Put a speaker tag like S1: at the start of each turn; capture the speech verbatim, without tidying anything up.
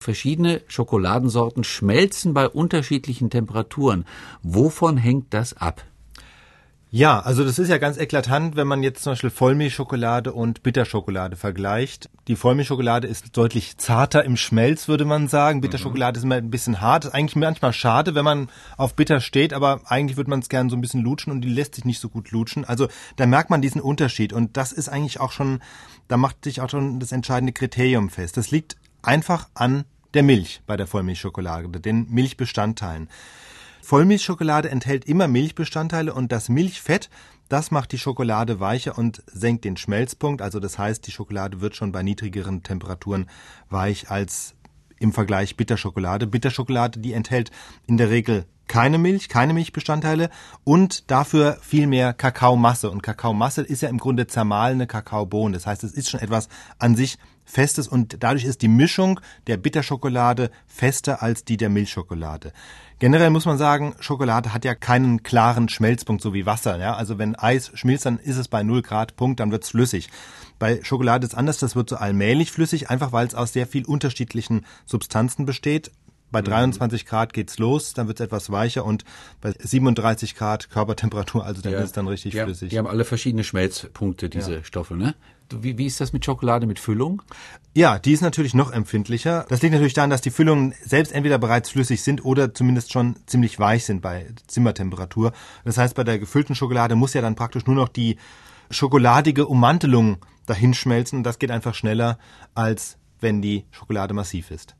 S1: verschiedene Schokoladensorten schmelzen bei unterschiedlichen Temperaturen. Wovon hängt das ab?
S2: Ja, also das ist ja ganz eklatant, wenn man jetzt zum Beispiel Vollmilchschokolade und Bitterschokolade vergleicht. Die Vollmilchschokolade ist deutlich zarter im Schmelz, würde man sagen. Bitterschokolade ist immer ein bisschen hart. Ist eigentlich manchmal schade, wenn man auf bitter steht, aber eigentlich würde man es gerne so ein bisschen lutschen und die lässt sich nicht so gut lutschen. Also da merkt man diesen Unterschied und das ist eigentlich auch schon, da macht sich auch schon das entscheidende Kriterium fest. Das liegt einfach an der Milch bei der Vollmilchschokolade, den Milchbestandteilen. Vollmilchschokolade enthält immer Milchbestandteile und das Milchfett, das macht die Schokolade weicher und senkt den Schmelzpunkt. Also das heißt, die Schokolade wird schon bei niedrigeren Temperaturen weich als im Vergleich Bitterschokolade. Bitterschokolade, die enthält in der Regel keine Milch, keine Milchbestandteile und dafür viel mehr Kakaomasse. Und Kakaomasse ist ja im Grunde zermahlene Kakaobohnen. Das heißt, es ist schon etwas an sich Festes und dadurch ist die Mischung der Bitterschokolade fester als die der Milchschokolade. Generell muss man sagen, Schokolade hat ja keinen klaren Schmelzpunkt, so wie Wasser. Ja? Also wenn Eis schmilzt, dann ist es bei null Grad Punkt, dann wird es flüssig. Bei Schokolade ist es anders, das wird so allmählich flüssig, einfach weil es aus sehr viel unterschiedlichen Substanzen besteht. Bei dreiundzwanzig Grad geht's los, dann wird's etwas weicher und bei siebenunddreißig Grad Körpertemperatur, also dann ja, ist es dann richtig
S1: die
S2: flüssig.
S1: Haben, die haben alle verschiedene Schmelzpunkte, diese ja. Stoffe, ne? Wie, wie ist das mit Schokolade mit Füllung?
S2: Ja, die ist natürlich noch empfindlicher. Das liegt natürlich daran, dass die Füllungen selbst entweder bereits flüssig sind oder zumindest schon ziemlich weich sind bei Zimmertemperatur. Das heißt, bei der gefüllten Schokolade muss ja dann praktisch nur noch die schokoladige Ummantelung dahin schmelzen und das geht einfach schneller, als wenn die Schokolade massiv ist.